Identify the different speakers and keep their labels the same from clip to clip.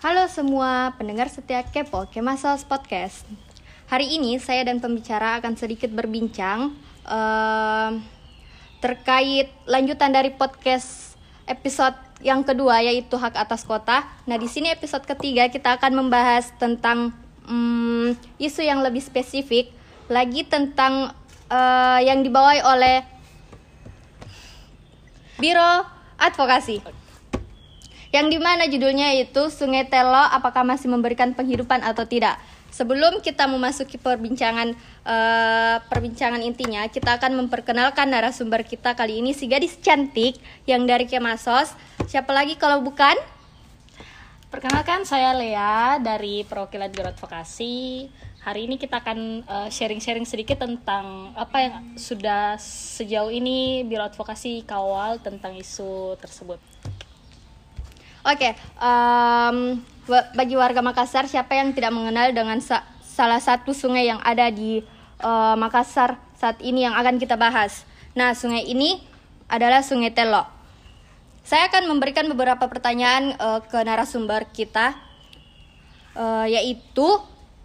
Speaker 1: Halo semua pendengar setia Kepo Kemasos Podcast. Hari ini saya dan pembicara akan sedikit berbincang terkait lanjutan dari podcast episode yang kedua, yaitu hak atas kota. Nah, di sini episode ketiga kita akan membahas tentang isu yang lebih spesifik lagi tentang yang dibawahi oleh Biro Advokasi, yang dimana judulnya itu Sungai Telo apakah masih memberikan penghidupan atau tidak. Sebelum kita memasuki perbincangan intinya, kita akan memperkenalkan narasumber kita kali ini, si gadis cantik yang dari Kemasos. Siapa lagi kalau bukan?
Speaker 2: Perkenalkan, saya Lea dari Perwakilan Biro Advokasi. Hari ini kita akan sharing-sharing sedikit tentang apa yang sudah sejauh ini Biro Advokasi kawal tentang isu tersebut.
Speaker 1: Oke, bagi warga Makassar, siapa yang tidak mengenal dengan salah satu sungai yang ada di Makassar saat ini yang akan kita bahas. Nah, sungai ini adalah Sungai Telo. Saya akan memberikan beberapa pertanyaan ke narasumber kita, yaitu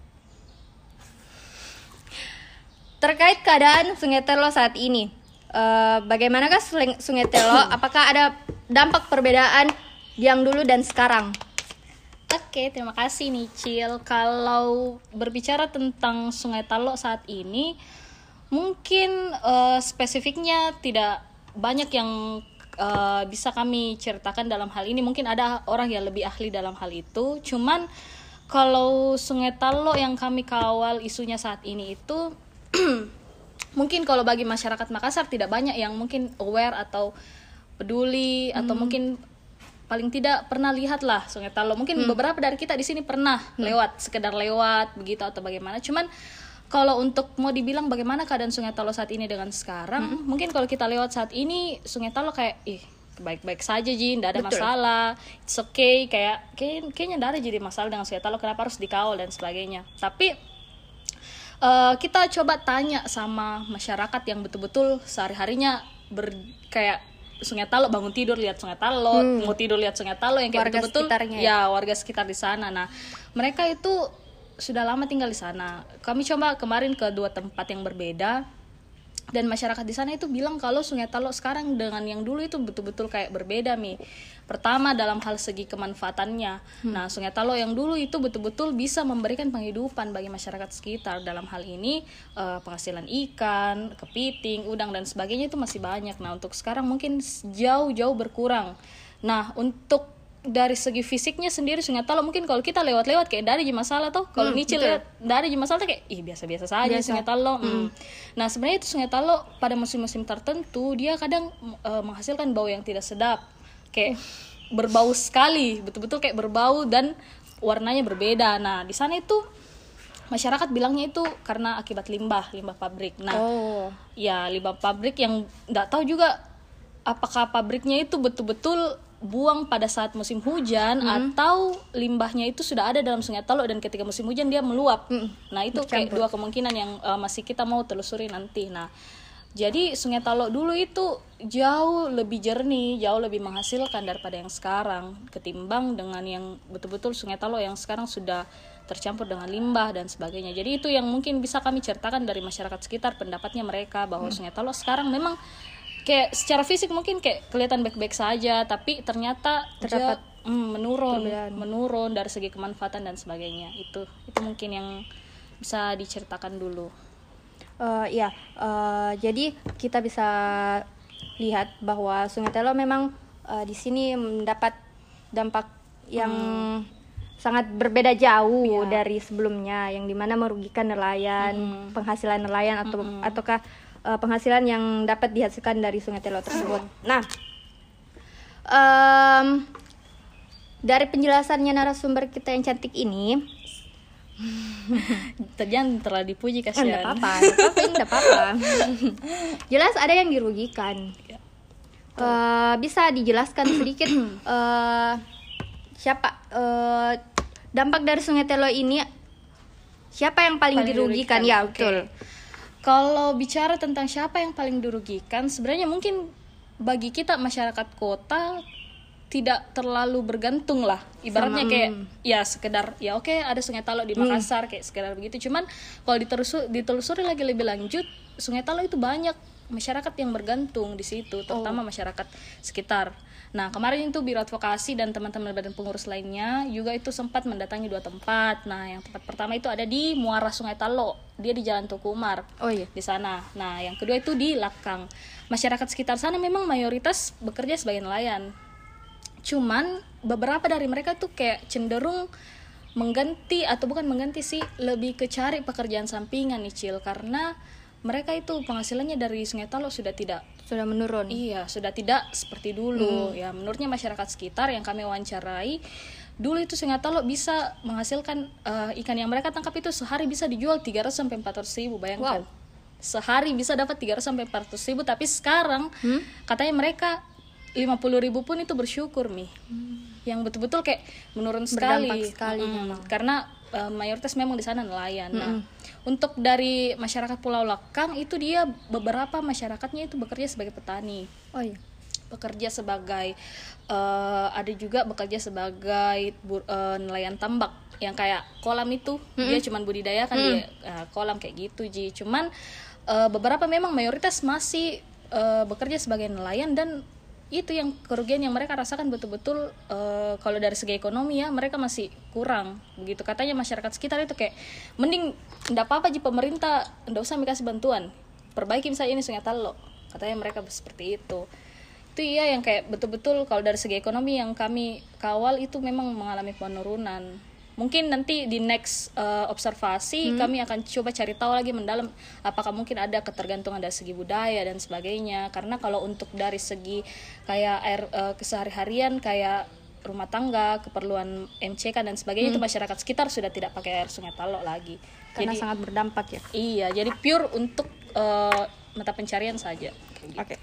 Speaker 1: terkait keadaan Sungai Telo saat ini. Bagaimanakah Sungai Telo? Apakah ada dampak perbedaan yang dulu dan sekarang?
Speaker 2: Oke, terima kasih Nicil. Kalau berbicara tentang Sungai Telo saat ini, mungkin spesifiknya tidak banyak yang bisa kami ceritakan dalam hal ini. Mungkin ada orang yang lebih ahli dalam hal itu. Cuman kalau Sungai Telo yang kami kawal isunya saat ini itu mungkin kalau bagi masyarakat Makassar tidak banyak yang mungkin aware atau peduli atau mungkin paling tidak pernah lihat lah Sungai Telo. Mungkin beberapa dari kita di sini pernah lewat, sekedar lewat begitu atau bagaimana. Cuman kalau untuk mau dibilang bagaimana keadaan Sungai Telo saat ini dengan sekarang, mungkin kalau kita lewat saat ini Sungai Telo kayak baik-baik saja Jin, tidak ada masalah, it's okay, kayaknya tidak ada jadi masalah dengan Sungai Telo, kenapa harus dikawal dan sebagainya. Tapi kita coba tanya sama masyarakat yang betul-betul sehari-harinya kayak Sungai Telo, bangun tidur lihat Sungai Telo, mau tidur lihat Sungai Telo, yang kayak betul-betul ya warga sekitar di sana. Nah, mereka itu sudah lama tinggal di sana. Kami coba kemarin ke dua tempat yang berbeda, dan masyarakat di sana itu bilang kalau Sungai Telo sekarang dengan yang dulu itu betul-betul kayak berbeda Mi. Pertama dalam hal segi kemanfaatannya. Nah, Sungai Telo yang dulu itu betul-betul bisa memberikan penghidupan bagi masyarakat sekitar. Dalam hal ini penghasilan ikan, kepiting, udang dan sebagainya itu masih banyak. Nah, untuk sekarang mungkin jauh-jauh berkurang. Nah, untuk dari segi fisiknya sendiri Sungai Telo mungkin kalau kita lewat-lewat kayak dari masalah tuh. Kalau Nicil lihat dari masalah tuh kayak biasa-biasa saja Sungai Telo. Nah, sebenarnya itu Sungai Telo pada musim-musim tertentu dia kadang menghasilkan bau yang tidak sedap. Kayak berbau sekali, betul-betul kayak berbau dan warnanya berbeda. Nah, di sana itu masyarakat bilangnya itu karena akibat limbah pabrik. Nah, ya limbah pabrik yang nggak tahu juga apakah pabriknya itu betul-betul buang pada saat musim hujan atau limbahnya itu sudah ada dalam Sungai Telo dan ketika musim hujan dia meluap. Nah, itu kayak dua kemungkinan yang masih kita mau telusuri nanti. Nah, jadi Sungai Telo dulu itu jauh lebih jernih, jauh lebih menghasilkan daripada yang sekarang, ketimbang dengan yang betul-betul Sungai Telo yang sekarang sudah tercampur dengan limbah dan sebagainya. Jadi itu yang mungkin bisa kami ceritakan dari masyarakat sekitar, pendapatnya mereka bahwa Sungai Telo sekarang memang kayak secara fisik mungkin kayak kelihatan baik-baik saja, tapi ternyata terdapat menurun dari segi kemanfaatan dan sebagainya. Itu mungkin yang bisa diceritakan dulu.
Speaker 1: Jadi kita bisa lihat bahwa Sungai Telo memang di sini mendapat dampak yang sangat berbeda jauh dari sebelumnya, yang dimana merugikan nelayan, penghasilan nelayan ataukah penghasilan yang dapat dihasilkan dari Sungai Telo tersebut. Nah, dari penjelasannya narasumber kita yang cantik ini,
Speaker 2: jangan terlalu dipuji kasihan.
Speaker 1: Enggak apa-apa. Jelas ada yang dirugikan. Bisa dijelaskan sedikit siapa dampak dari Sungai Telo ini, siapa yang paling dirugikan? Ya, betul.
Speaker 2: Kalau bicara tentang siapa yang paling dirugikan, sebenarnya mungkin bagi kita masyarakat kota tidak terlalu bergantung lah ibaratnya kayak ya sekedar ya oke, ada Sungai Talok di Makassar kayak sekedar begitu. Cuman kalau ditelusuri lagi lebih lanjut, Sungai Talok itu banyak masyarakat yang bergantung di situ, terutama masyarakat sekitar. Nah, kemarin itu Biro Advokasi dan teman-teman badan pengurus lainnya juga itu sempat mendatangi 2 tempat. Nah, yang tempat pertama itu ada di muara Sungai Talok, dia di Jalan Tuku Umar. Di sana. Nah, yang kedua itu di Lakang. Masyarakat sekitar sana memang mayoritas bekerja sebagai nelayan. Cuman beberapa dari mereka tuh kayak cenderung mengganti, atau bukan mengganti sih, lebih ke cari pekerjaan sampingan nih Cil, karena mereka itu penghasilannya dari Sungai Talok sudah
Speaker 1: menurun.
Speaker 2: Iya, sudah tidak seperti dulu. Ya, menurutnya masyarakat sekitar yang kami wawancarai, dulu itu Sungai Talok bisa menghasilkan ikan yang mereka tangkap itu sehari bisa dijual 300 sampai 400 ribu, bayangkan. Sehari bisa dapat 300 sampai 400 ribu, tapi sekarang katanya mereka 50 ribu pun itu bersyukur nih. Yang betul-betul kayak menurun sekali.
Speaker 1: Memang.
Speaker 2: Karena mayoritas memang di sana nelayan. Nah, untuk dari masyarakat Pulau Lakang itu dia beberapa masyarakatnya itu bekerja sebagai petani. Bekerja sebagai ada juga bekerja sebagai nelayan tambak yang kayak kolam itu. Dia cuman budidayakan dia kolam kayak gitu Ji. Cuman beberapa memang mayoritas masih bekerja sebagai nelayan, dan itu yang kerugian yang mereka rasakan betul-betul. Kalau dari segi ekonomi ya mereka masih kurang begitu. Katanya masyarakat sekitar itu kayak mending ndak apa-apa Ji, pemerintah ndak usah dikasih bantuan, perbaiki misalnya ini Sungai Talok, katanya mereka seperti itu. Itu iya yang kayak betul-betul kalau dari segi ekonomi yang kami kawal itu memang mengalami penurunan. Mungkin nanti di next observasi kami akan coba cari tahu lagi mendalam apakah mungkin ada ketergantungan dari segi budaya dan sebagainya. Karena kalau untuk dari segi kayak air kesehari-harian kayak rumah tangga, keperluan MCK dan sebagainya itu masyarakat sekitar sudah tidak pakai air Sungai Talok lagi.
Speaker 1: Karena
Speaker 2: jadi,
Speaker 1: sangat berdampak ya.
Speaker 2: Iya, jadi pure untuk mata pencarian saja.
Speaker 1: Oke.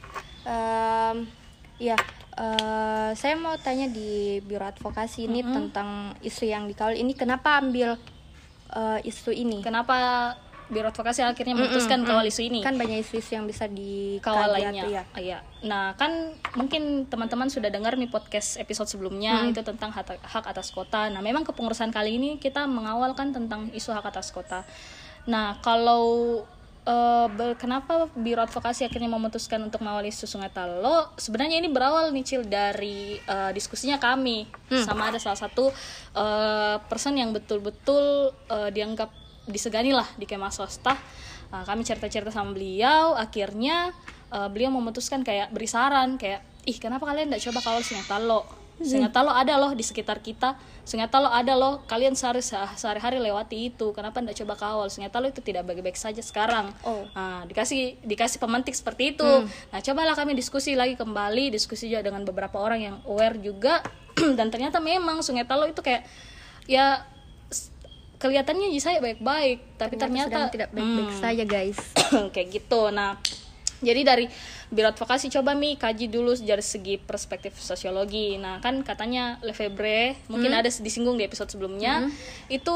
Speaker 1: Saya mau tanya di Biro Advokasi ini tentang isu yang dikawal ini. Kenapa ambil isu ini?
Speaker 2: Kenapa Biro Advokasi akhirnya memutuskan kawal isu ini?
Speaker 1: Kan banyak isu-isu yang bisa
Speaker 2: dikawal lainnya. Iya. Nah, kan mungkin teman-teman sudah dengar nih podcast episode sebelumnya itu tentang hak atas kota. Nah, memang kepengurusan kali ini kita mengawalkan tentang isu hak atas kota. Nah, kalau kenapa Biro Advokasi akhirnya memutuskan untuk mengawal isu Sungai Talok? Sebenarnya ini berawal nih Cil dari diskusinya kami sama ada salah satu person yang betul-betul dianggap disegani lah di kemah swasta. Kami cerita-cerita sama beliau, akhirnya beliau memutuskan kayak beri saran kayak, kenapa kalian tidak coba kawal Sungai Talok? Sungai Talok ada loh di sekitar kita. Sungai Talok ada loh, kalian sehari-hari lewati itu. Kenapa tidak coba kawal? Sungai Talok itu tidak baik-baik saja sekarang. Nah, dikasih pemantik seperti itu. Nah, cobalah kami diskusi lagi kembali, diskusi juga dengan beberapa orang yang aware juga. Dan ternyata memang Sungai Talok itu kayak ya kelihatannya saya baik-baik, tapi ternyata
Speaker 1: tidak baik-baik saja guys.
Speaker 2: Kayak gitu. Nah, jadi dari Biro Advokasi coba kaji dulu dari segi perspektif sosiologi. Nah, kan katanya Lefebvre, mungkin ada disinggung di episode sebelumnya, itu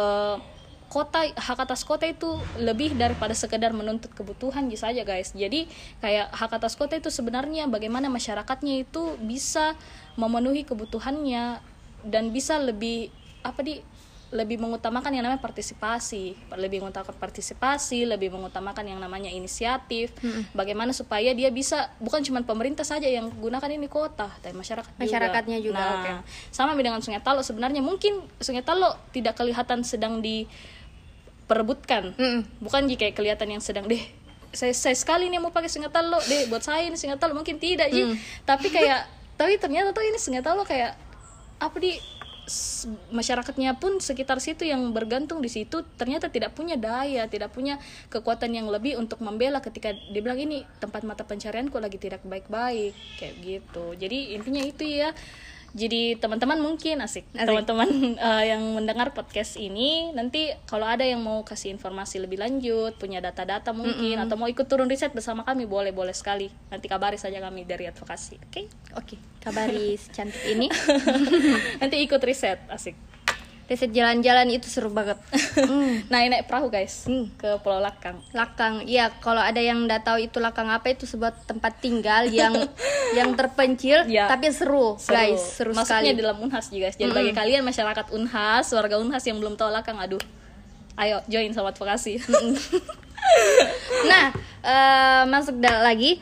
Speaker 2: hak atas kota itu lebih daripada sekedar menuntut kebutuhan saja guys. Jadi kayak hak atas kota itu sebenarnya bagaimana masyarakatnya itu bisa memenuhi kebutuhannya dan bisa lebih lebih mengutamakan yang namanya partisipasi, lebih mengutamakan yang namanya inisiatif. Bagaimana supaya dia bisa, bukan cuma pemerintah saja yang gunakan ini kota, tapi
Speaker 1: masyarakatnya juga.
Speaker 2: Nah, sama dengan Sungai Talok sebenarnya, mungkin Sungai Talok tidak kelihatan sedang diperebutkan. Bukan jika kelihatan yang sedang saya sekali nih mau pakai Sungai Talok buat saya ini Sungai Talok, mungkin tidak tapi ternyata tuh ini Sungai Talok kayak masyarakatnya pun sekitar situ yang bergantung di situ ternyata tidak punya daya, tidak punya kekuatan yang lebih untuk membela ketika dibilang ini tempat mata pencarianku lagi tidak baik-baik kayak gitu. Jadi intinya itu ya. Jadi teman-teman mungkin asik. Teman-teman yang mendengar podcast ini nanti kalau ada yang mau kasih informasi lebih lanjut, punya data-data mungkin atau mau ikut turun riset bersama kami, boleh sekali. Nanti kabari saja kami dari advokasi. Oke,
Speaker 1: kabari cantik ini.
Speaker 2: Nanti ikut riset, asik.
Speaker 1: riset jalan-jalan itu seru banget.
Speaker 2: Naik perahu guys ke Pulau Lakang.
Speaker 1: Lakang, iya, kalau ada yang nggak tahu itu Lakang apa, itu sebuah tempat tinggal yang terpencil,
Speaker 2: Ya.
Speaker 1: tapi seru guys, seru
Speaker 2: Masuknya
Speaker 1: sekali.
Speaker 2: di dalam Unhas juga guys. Jadi bagi kalian masyarakat Unhas, warga Unhas yang belum tahu Lakang, aduh, ayo join Sobat Vokasi.
Speaker 1: Nah, masuk lagi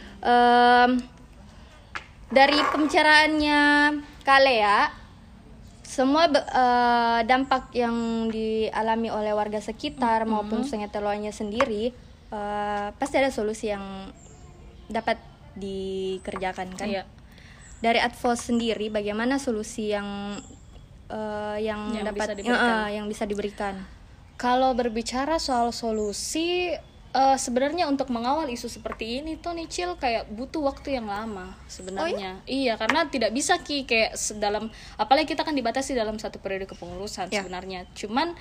Speaker 1: dari pembicaraannya Kalea, semua dampak yang dialami oleh warga sekitar maupun Sungai Teloanya sendiri, pasti ada solusi yang dapat dikerjakan kan?
Speaker 2: Iya.
Speaker 1: Dari Advos sendiri, bagaimana solusi yang
Speaker 2: Yang
Speaker 1: dapat
Speaker 2: bisa diberikan.
Speaker 1: yang bisa diberikan?
Speaker 2: Kalau berbicara soal solusi, sebenarnya untuk mengawal isu seperti ini tuh nih Cil, kayak butuh waktu yang lama sebenarnya. Iya, karena tidak bisa kayak dalam, apalagi kita kan dibatasi dalam satu periode kepengurusan sebenarnya. Cuman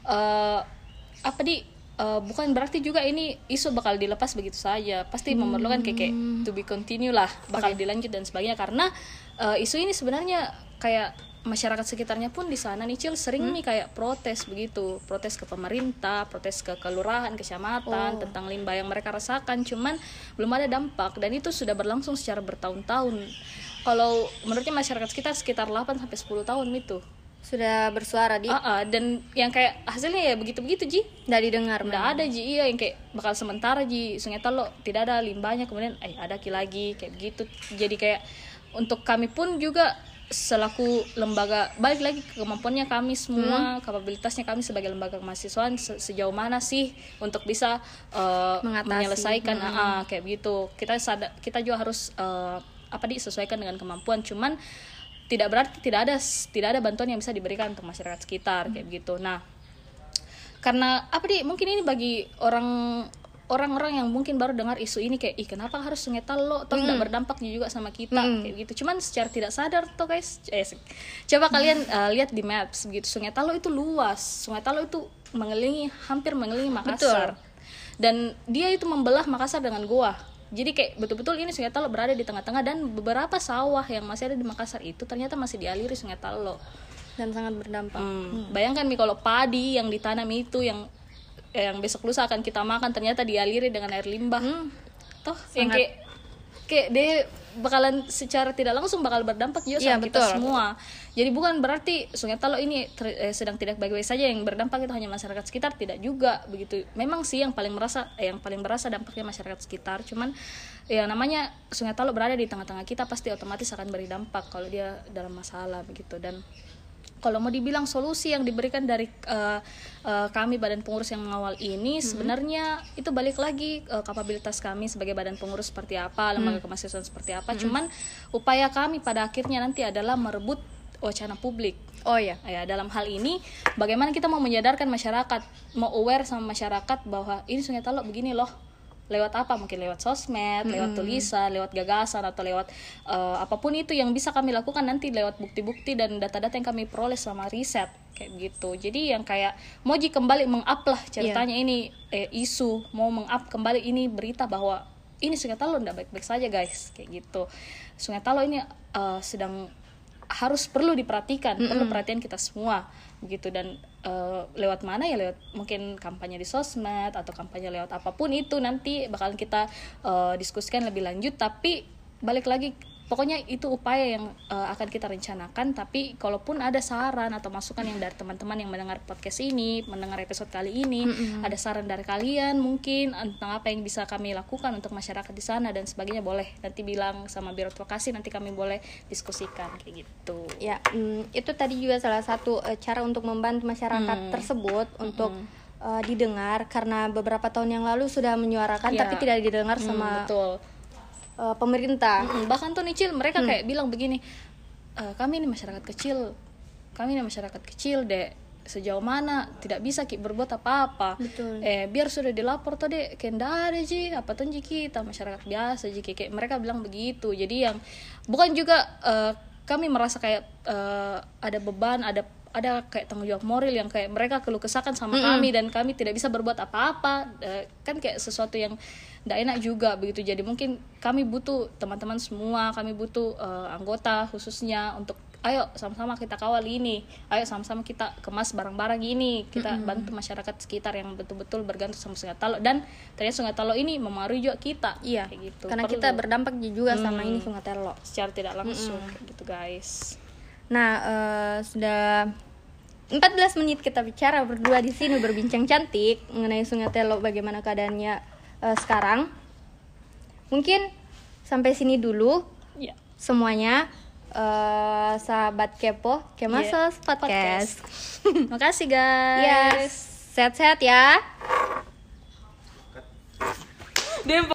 Speaker 2: bukan berarti juga ini isu bakal dilepas begitu saja. Pasti memerlukan kayak to be continue lah, bakal dilanjut dan sebagainya, karena isu ini sebenarnya kayak masyarakat sekitarnya pun di sana nih Cil sering nih kayak protes begitu, protes ke pemerintah, protes ke kelurahan, kecamatan tentang limbah yang mereka rasakan, cuman belum ada dampak, dan itu sudah berlangsung secara bertahun-tahun. Kalau menurutnya masyarakat sekitar 8 sampai 10 tahun itu
Speaker 1: Sudah bersuara di
Speaker 2: dan yang kayak hasilnya ya begitu-begitu Ji,
Speaker 1: nggak didengar,
Speaker 2: nggak ada Ji. Iya, yang kayak bakal sementara Ji, Sungai Talo tidak ada limbahnya, kemudian ada lagi kayak begitu. Jadi kayak untuk kami pun juga selaku lembaga, balik lagi ke kemampuannya kami semua, kapabilitasnya kami sebagai lembaga kemahasiswaan sejauh mana sih untuk bisa menyelesaikan kayak begitu. Kita juga harus disesuaikan dengan kemampuan, cuman tidak berarti tidak ada bantuan yang bisa diberikan untuk masyarakat sekitar kayak begitu. Nah, karena mungkin ini bagi orang-orang yang mungkin baru dengar isu ini kayak, kenapa harus Sungai Talo, toh nggak berdampak juga sama kita kayak gitu. Cuman secara tidak sadar tuh guys, coba kalian lihat di maps begitu, Sungai Talo itu luas, Sungai Talo itu hampir mengelilingi Makassar. Betul. Dan dia itu membelah Makassar dengan Goa. Jadi kayak betul-betul ini Sungai Talo berada di tengah-tengah, dan beberapa sawah yang masih ada di Makassar itu ternyata masih dialiri Sungai Talo
Speaker 1: dan sangat berdampak.
Speaker 2: Bayangkan nih kalau padi yang ditanam itu yang besok lusa akan kita makan ternyata dialiri dengan air limbah. Toh yang kayak dia bakalan secara tidak langsung bakal berdampak juga sama kita semua. Jadi bukan berarti Sungai Talo ini sedang tidak baik-baik saja, yang berdampak itu hanya masyarakat sekitar, tidak juga begitu. Memang sih yang paling berasa dampaknya masyarakat sekitar, cuman yang namanya Sungai Talo berada di tengah-tengah kita, pasti otomatis akan beri dampak kalau dia dalam masalah begitu. Dan kalau mau dibilang solusi yang diberikan dari kami badan pengurus yang mengawal ini, sebenarnya itu balik lagi kapabilitas kami sebagai badan pengurus seperti apa, lembaga kemahasiswaan seperti apa. Cuman upaya kami pada akhirnya nanti adalah merebut wacana publik. Ya, dalam hal ini bagaimana kita mau menyadarkan masyarakat, mau aware sama masyarakat bahwa ini Sungai Talo begini loh. Lewat apa? Mungkin lewat sosmed, lewat tulisan, lewat gagasan, atau lewat apapun itu yang bisa kami lakukan nanti lewat bukti-bukti dan data-data yang kami peroleh selama riset kayak gitu. Jadi yang kayak mau kembali meng-up lah ceritanya ini isu, mau meng-up kembali ini berita bahwa ini Sungai Talo tidak baik-baik saja guys kayak gitu. Sungai Talo ini sedang perlu diperhatikan, perlu perhatian kita semua begitu. Dan lewat mana ya, lewat mungkin kampanye di sosmed atau kampanye lewat apapun itu, nanti bakalan kita diskusikan lebih lanjut. Tapi balik lagi, pokoknya itu upaya yang akan kita rencanakan. Tapi kalaupun ada saran atau masukan yang dari teman-teman yang mendengar podcast ini, mendengar episode kali ini, ada saran dari kalian mungkin tentang apa yang bisa kami lakukan untuk masyarakat di sana dan sebagainya, boleh nanti bilang sama Biro Advokasi, nanti kami boleh diskusikan kayak gitu.
Speaker 1: Ya, itu tadi juga salah satu cara untuk membantu masyarakat tersebut untuk didengar, karena beberapa tahun yang lalu sudah menyuarakan tapi tidak didengar sama pemerintah.
Speaker 2: Bahkan tuh Nicil mereka kayak bilang begini, kami ini masyarakat kecil dek, sejauh mana tidak bisa berbuat apa-apa. Biar sudah dilapor tuh dek, kenda ada ji apa tuh kita masyarakat biasa ji, kayak mereka bilang begitu. Jadi yang bukan juga kami merasa kayak ada beban, ada kayak tanggung jawab moral yang kayak mereka keluh kesahkan sama kami dan kami tidak bisa berbuat apa-apa, kan kayak sesuatu yang tidak enak juga begitu. Jadi mungkin kami butuh teman-teman semua, kami butuh anggota khususnya untuk ayo sama-sama kita kawal ini, ayo sama-sama kita kemas barang-barang ini, kita bantu masyarakat sekitar yang betul-betul bergantung sama Sungai Talo, dan ternyata Sungai Talo ini memengaruhi juga kita.
Speaker 1: Iya,
Speaker 2: kayak gitu.
Speaker 1: karena
Speaker 2: Perlu.
Speaker 1: kita berdampak juga sama ini Sungai Talo
Speaker 2: Secara tidak langsung kayak gitu guys.
Speaker 1: Nah, sudah 14 menit kita bicara berdua di sini berbincang cantik mengenai Sungai Telo, bagaimana keadaannya sekarang. Mungkin sampai sini dulu
Speaker 2: Ya.
Speaker 1: semuanya, sahabat kepo Kemasos Podcast.
Speaker 2: Makasih guys.
Speaker 1: Yes, sehat-sehat ya.
Speaker 2: Dia